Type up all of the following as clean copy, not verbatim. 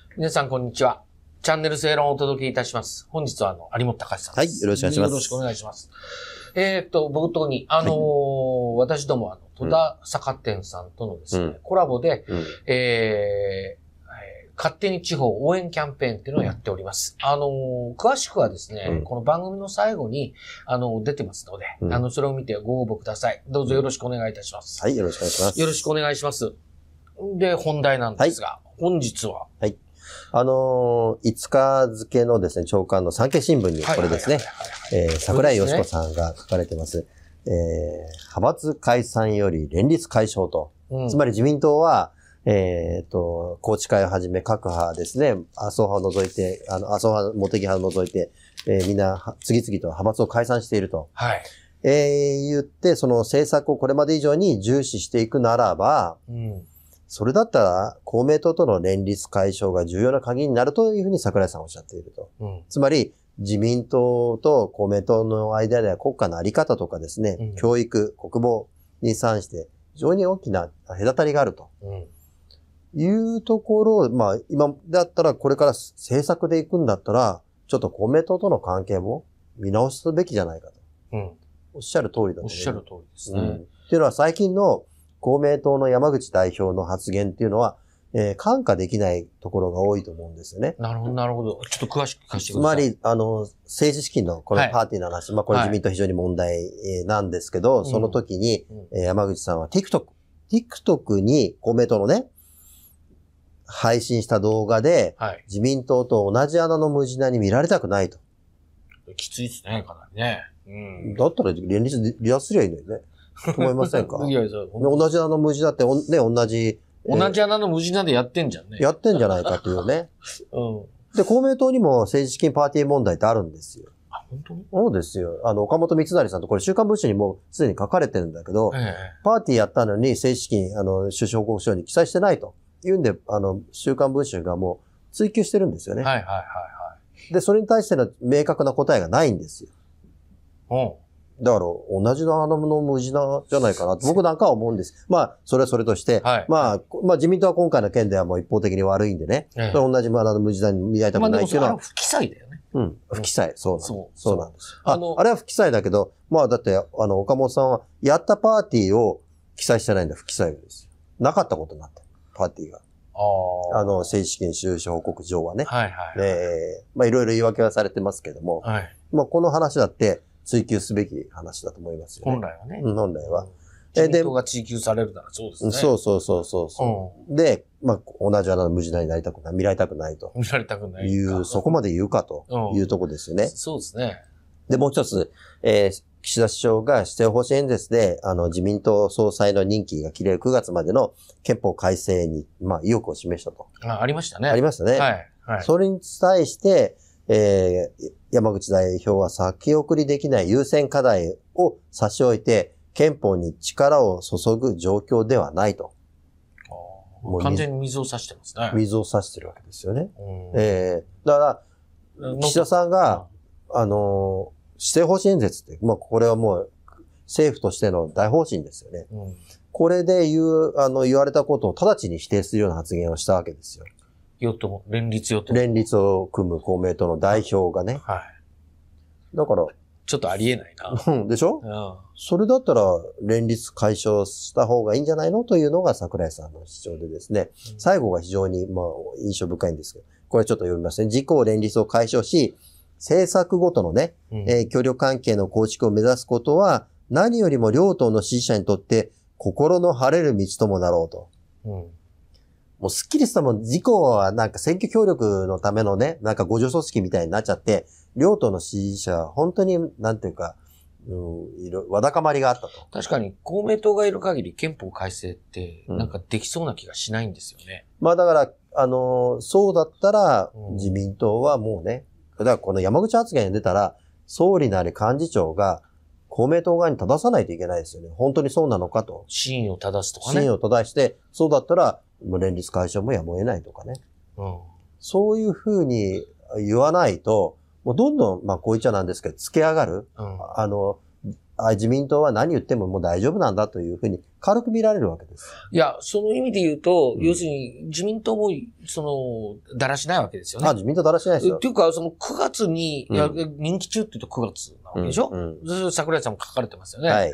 皆さん、こんにちは。チャンネル正論をお届けいたします。本日は、有本隆さんです。 はい、よろしくお願いします。 よろしくお願いします。冒頭に、私ども、戸田酒店さんとのですね、コラボで、勝手に地方応援キャンペーンっていうのをやっております。詳しくはですね、この番組の最後に、出てますので、それを見てご応募ください。どうぞよろしくお願いいたします。 はい、よろしくお願いします。 よろしくお願いします。で、本題なんですが、本日は、 はい。5日付のですね、朝刊の産経新聞にこれですね、桜井よし子さんが書かれてます。派閥解散より連立解消と。つまり自民党は、宏池会をはじめ各派ですね、麻生派を除いて、麻生派、茂木派を除いて、みんな次々と派閥を解散していると。 はい。 言って、その政策をこれまで以上に重視していくならば、それだったら公明党との連立解消が重要な鍵になるというふうに桜井さんはおっしゃっていると。つまり、自民党と公明党の間では国家のあり方とかですね、教育、国防に関して非常に大きな隔たりがあると。いうところを、まあ今だったらこれから政策で行くんだったら、ちょっと公明党との関係も見直すべきじゃないかと。おっしゃる通りだと。 おっしゃる通りですね。 っていうのは最近の公明党の山口代表の発言っていうのは、看過できないところが多いと思うんですよね。 なるほど、なるほど。ちょっと詳しく聞かせてください。 つまり、政治資金のこのパーティーの話、まあこれ自民党非常に問題なんですけど、その時に、山口さんは TikTok に公明党のね、配信した動画で、自民党と同じ穴の無地なに見られたくないと。 きついですね、かなりね。 だったら連立離脱すりゃいいのよね。と思いませんか？ いや同じ穴の無地だってね、同じ穴の無地なんでやってんじゃんね。 やってんじゃないかっていうね。で、公明党にも政治資金パーティー問題ってあるんですよ。 あ、本当に？ そうですよ。岡本光成さんとこれ週刊文春にもうすでに書かれてるんだけど、パーティーやったのに政治資金、収支報告書に記載してないというんで、週刊文春がもう追及してるんですよね。で、それに対しての明確な答えがないんですよ。だから、同じ穴の無地なじゃないかなと僕なんかは思うんです。まあ、それはそれとして、まあ、自民党は今回の件ではもう一方的に悪いんでね、同じ穴の無地なに見られたくないっていうのは。 不記載だよね。 不記載。そうなんです。あれは不記載だけど、まあ、だって、岡本さんは、やったパーティーを記載してないんだ、不記載ですよ。なかったことになった。パーティーが。政治資金収支報告上はね。まあ、いろいろ言い訳はされてますけども、まあ、この話だって、追求すべき話だと思いますよね。 本来はね。 本来は。 自民党が追求されるならそうですね。 そう。で、まあ、同じ穴の無地なになりたくない、見られたくないと。 見られたくない。 そこまで言うかというとこですよね。 そうですね。 で、もう一つ、岸田首相が施政方針演説で、自民党総裁の任期が切れる9月までの憲法改正に、まあ、意欲を示したと。 ありましたね。 ありましたね。それに対して、山口代表は先送りできない優先課題を差し置いて、憲法に力を注ぐ状況ではないと。 完全に水を差してますね。 水を差してるわけですよね。だから、岸田さんが、施政方針演説って、まあ、これはもう、政府としての大方針ですよね。これで言われたことを直ちに否定するような発言をしたわけですよ。 連立与党。 連立を組む公明党の代表がね。だから。 ちょっとありえないな。 でしょ？それだったら連立解消した方がいいんじゃないのというのが桜井さんの主張でですね。最後が非常に、まあ、印象深いんですけど、これちょっと読みますね。自公連立を解消し、政策ごとのね、協力関係の構築を目指すことは、何よりも両党の支持者にとって心の晴れる道ともなろうと。もうスッキリしたもん、自公はなんか選挙協力のためのね、なんか互助組織みたいになっちゃって、両党の支持者は本当に、なんていうか、わだかまりがあったと。 確かに公明党がいる限り憲法改正ってなんかできそうな気がしないんですよね。 まあだから、そうだったら、自民党はもうね、だからこの山口発言に出たら、総理なり幹事長が公明党側に正さないといけないですよね。本当にそうなのかと。 真意を正すとかね。 真意を正して、そうだったら、連立解消もやむを得ないとかね。そういうふうに言わないと、もうどんどん、まあこう言っちゃなんですけど、つけ上がる。 自民党は何言ってももう大丈夫なんだというふうに軽く見られるわけです。 いや、その意味で言うと、要するに自民党も、だらしないわけですよね。 自民党だらしないですよ。 っていうか、9月に、任期中って言うと9月なわけでしょ、桜井さんも書かれてますよね。 はい。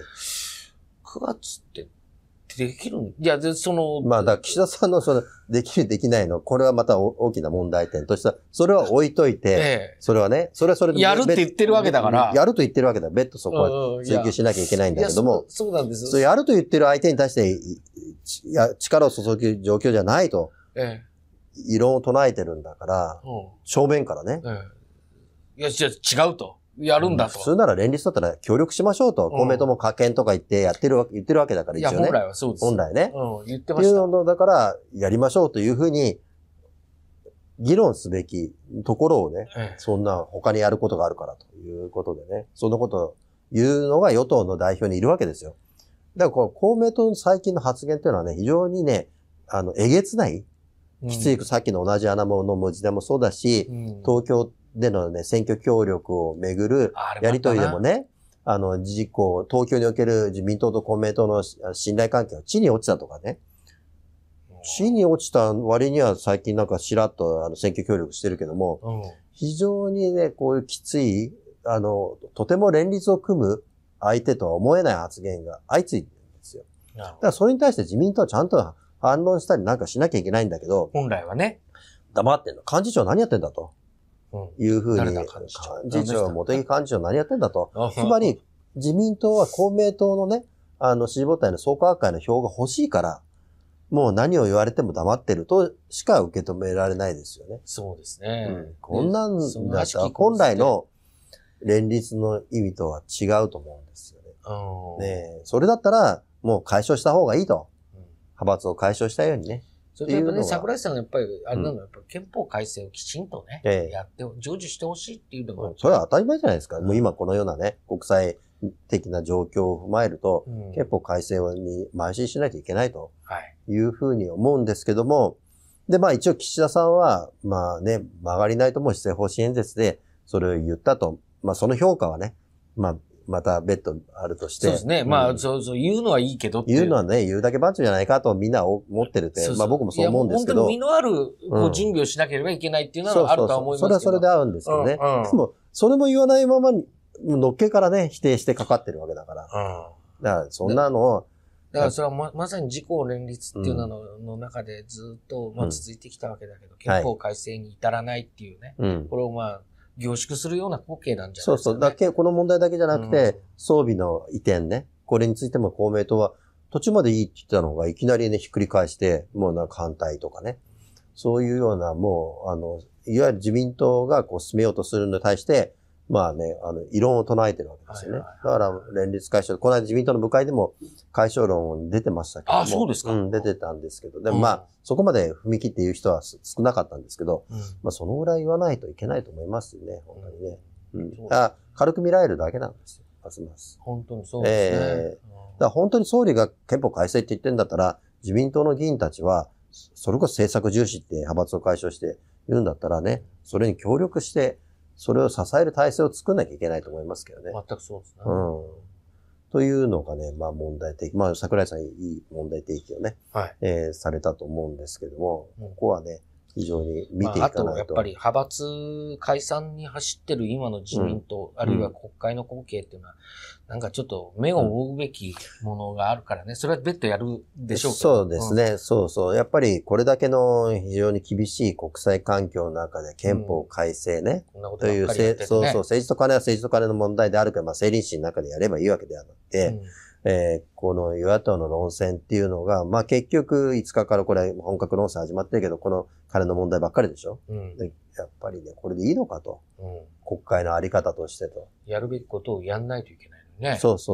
9月ってできるいや、だから岸田さんのできるできないの、これはまた大きな問題点としては、それは置いといて、それはね、それで。 やるって言ってるわけだから。 やると言ってるわけだ。別途そこは追求しなきゃいけないんだけども。 そうなんですよ。 それやると言ってる相手に対して、力を注ぐ状況じゃないと、異論を唱えてるんだから、正面からね。 いや、違うと。やるんだと。 普通なら連立だったら協力しましょうと。公明党も可見とか言って言ってるわけだから一応ね。 いや、本来はそうです。 本来ね。 言ってました。 っていうのだから、やりましょうというふうに、議論すべきところをね、そんな他にやることがあるからということでね、そんなことを言うのが与党の代表にいるわけですよ。だからこの公明党の最近の発言というのはね、非常にね、えげつない、きつい、さっきの同じ穴の文字でもそうだし、東京でのね、選挙協力をめぐるやりとりでもね、東京における自民党と公明党の信頼関係が地に落ちたとかね。地に落ちた割には最近なんかしらっと選挙協力してるけども、非常にね、こういうきつい、とても連立を組む相手とは思えない発言が相次いでるんですよ。だからそれに対して自民党はちゃんと反論したりなんかしなきゃいけないんだけど、 本来はね。 黙ってんの。幹事長何やってんだと。いうふうに、幹事長、茂木幹事長何やってんだと。つまり、自民党は公明党のね、支持母体の創価学会の票が欲しいから、もう何を言われても黙ってるとしか受け止められないですよね。 そうですね。 こんなんだったら、本来の連立の意味とは違うと思うんですよね。ねえ、それだったら、もう解消した方がいいと。派閥を解消したようにね。 それとやっぱね、桜井さんがやっぱり、あれなのやっぱ憲法改正をきちんとね、やって、成就してほしいっていうのが。 それは当たり前じゃないですか。もう今このようなね、国際的な状況を踏まえると、憲法改正に邁進しないといけないというふうに思うんですけども、で、一応岸田さんは、曲がりないと思う施政方針演説でそれを言ったと。その評価はね、また別途あるとして。 そうですね。そう言うのはいいけどって言うのはね、言うだけ番長じゃないかとみんな思ってるって、僕もそう思うんですけど。 本当に身のある準備をしなければいけないっていうのはあるとは思いますけど。 それはそれで合うんですけどね。でも、それも言わないままに、のっけからね、否定してかかってるわけだから。だから、そんなのを。 だからそれはまさに自公連立っていうのの中でずっと続いてきたわけだけど、憲法改正に至らないっていうね。これを凝縮するような光景なんじゃないですか、ね。 この問題だけじゃなくて、装備の移転ね。これについても公明党は途中までいいって言ってたのがいきなりね、ひっくり返して、もうなんか反対とかね。そういうような、もう、いわゆる自民党が進めようとするのに対して、異論を唱えてるわけですよね。だから、連立解消、この間自民党の部会でも解消論出てましたけども。 そうですか。 出てたんですけど。でもそこまで踏み切って言う人は少なかったんですけど、そのぐらい言わないといけないと思いますよね、本当にね。軽く見られるだけなんですよ、ますます。 本当にそうですね。 だから本当に総理が憲法改正って言ってんだったら、自民党の議員たちは、それこそ政策重視って派閥を解消して言うんだったらね、それに協力して、それを支える体制を作んなきゃいけないと思いますけどね。 全くそうですね。 というのがね、問題的。桜井さんいい問題提起をね、されたと思うんですけども、ここはね、非常に見ていかないと。 あと、やっぱり派閥解散に走ってる今の自民党、あるいは国会の光景っていうのは、なんかちょっと目を覆うべきものがあるからね、それは別途やるでしょうけど。 そうですね、やっぱりこれだけの非常に厳しい国際環境の中で憲法改正ね、という、政治と金は政治と金の問題であるから、政倫審の中でやればいいわけではなくて、この与野党の論戦っていうのが、結局5日からこれ本格論戦始まってるけど、この金の問題ばっかりでしょ、でやっぱりね、これでいいのかと。国会のあり方としてと。 やるべきことをやんないといけないのね。 もう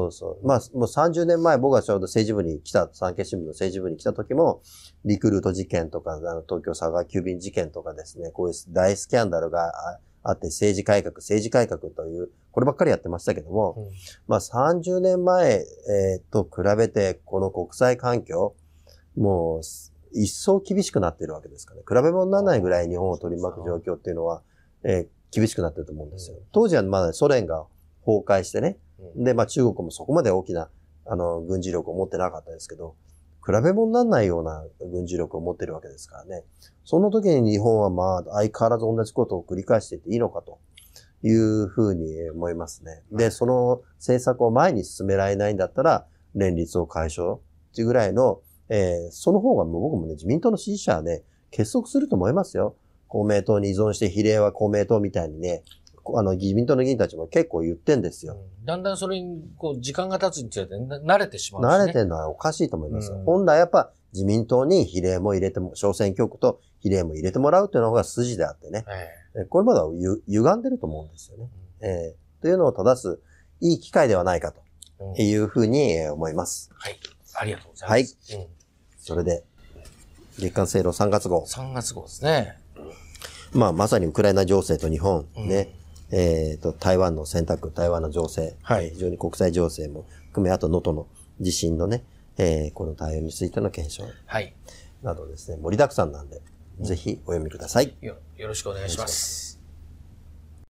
30年前僕がちょうど産経新聞の政治部に来た時も、リクルート事件とか、東京佐川急便事件とかですね、こういう大スキャンダルがあって政治改革という、こればっかりやってましたけども、30年前、と比べて、この国際環境、もう、一層厳しくなっているわけですからね。比べ物にならないぐらい日本を取り巻く状況っていうのは、厳しくなってると思うんですよ。当時はまだソ連が崩壊してね、 で、まあ中国もそこまで大きな、軍事力を持ってなかったですけど、比べ物にならないような軍事力を持ってるわけですからね。その時に日本はまあ相変わらず同じことを繰り返していていいのかというふうに思いますね。で、その政策を前に進められないんだったら、連立を解消っていうぐらいの、その方が僕もね、自民党の支持者はね、結束すると思いますよ。公明党に依存して比例は公明党みたいにね、自民党の議員たちも結構言ってんですよ。 だんだんそれに、時間が経つにつれて慣れてしまうしね。慣れてるのはおかしいと思いますよ。本来やっぱ自民党に比例も入れても、小選挙区と比例も入れてもらうというのが筋であってね。これまでは歪んでると思うんですよね。というのを正す、いい機会ではないかというふうに思います。 はい。ありがとうございます。 はい。それで、月刊正論3月号。 3月号ですね。 まあ、まさにウクライナ情勢と日本、ね。台湾の選択、台湾の情勢、非常に国際情勢も含め、あと能登の地震のね、この対応についての検証。などですね、盛りだくさんなんで、ぜひお読みください。 よろしくお願いします。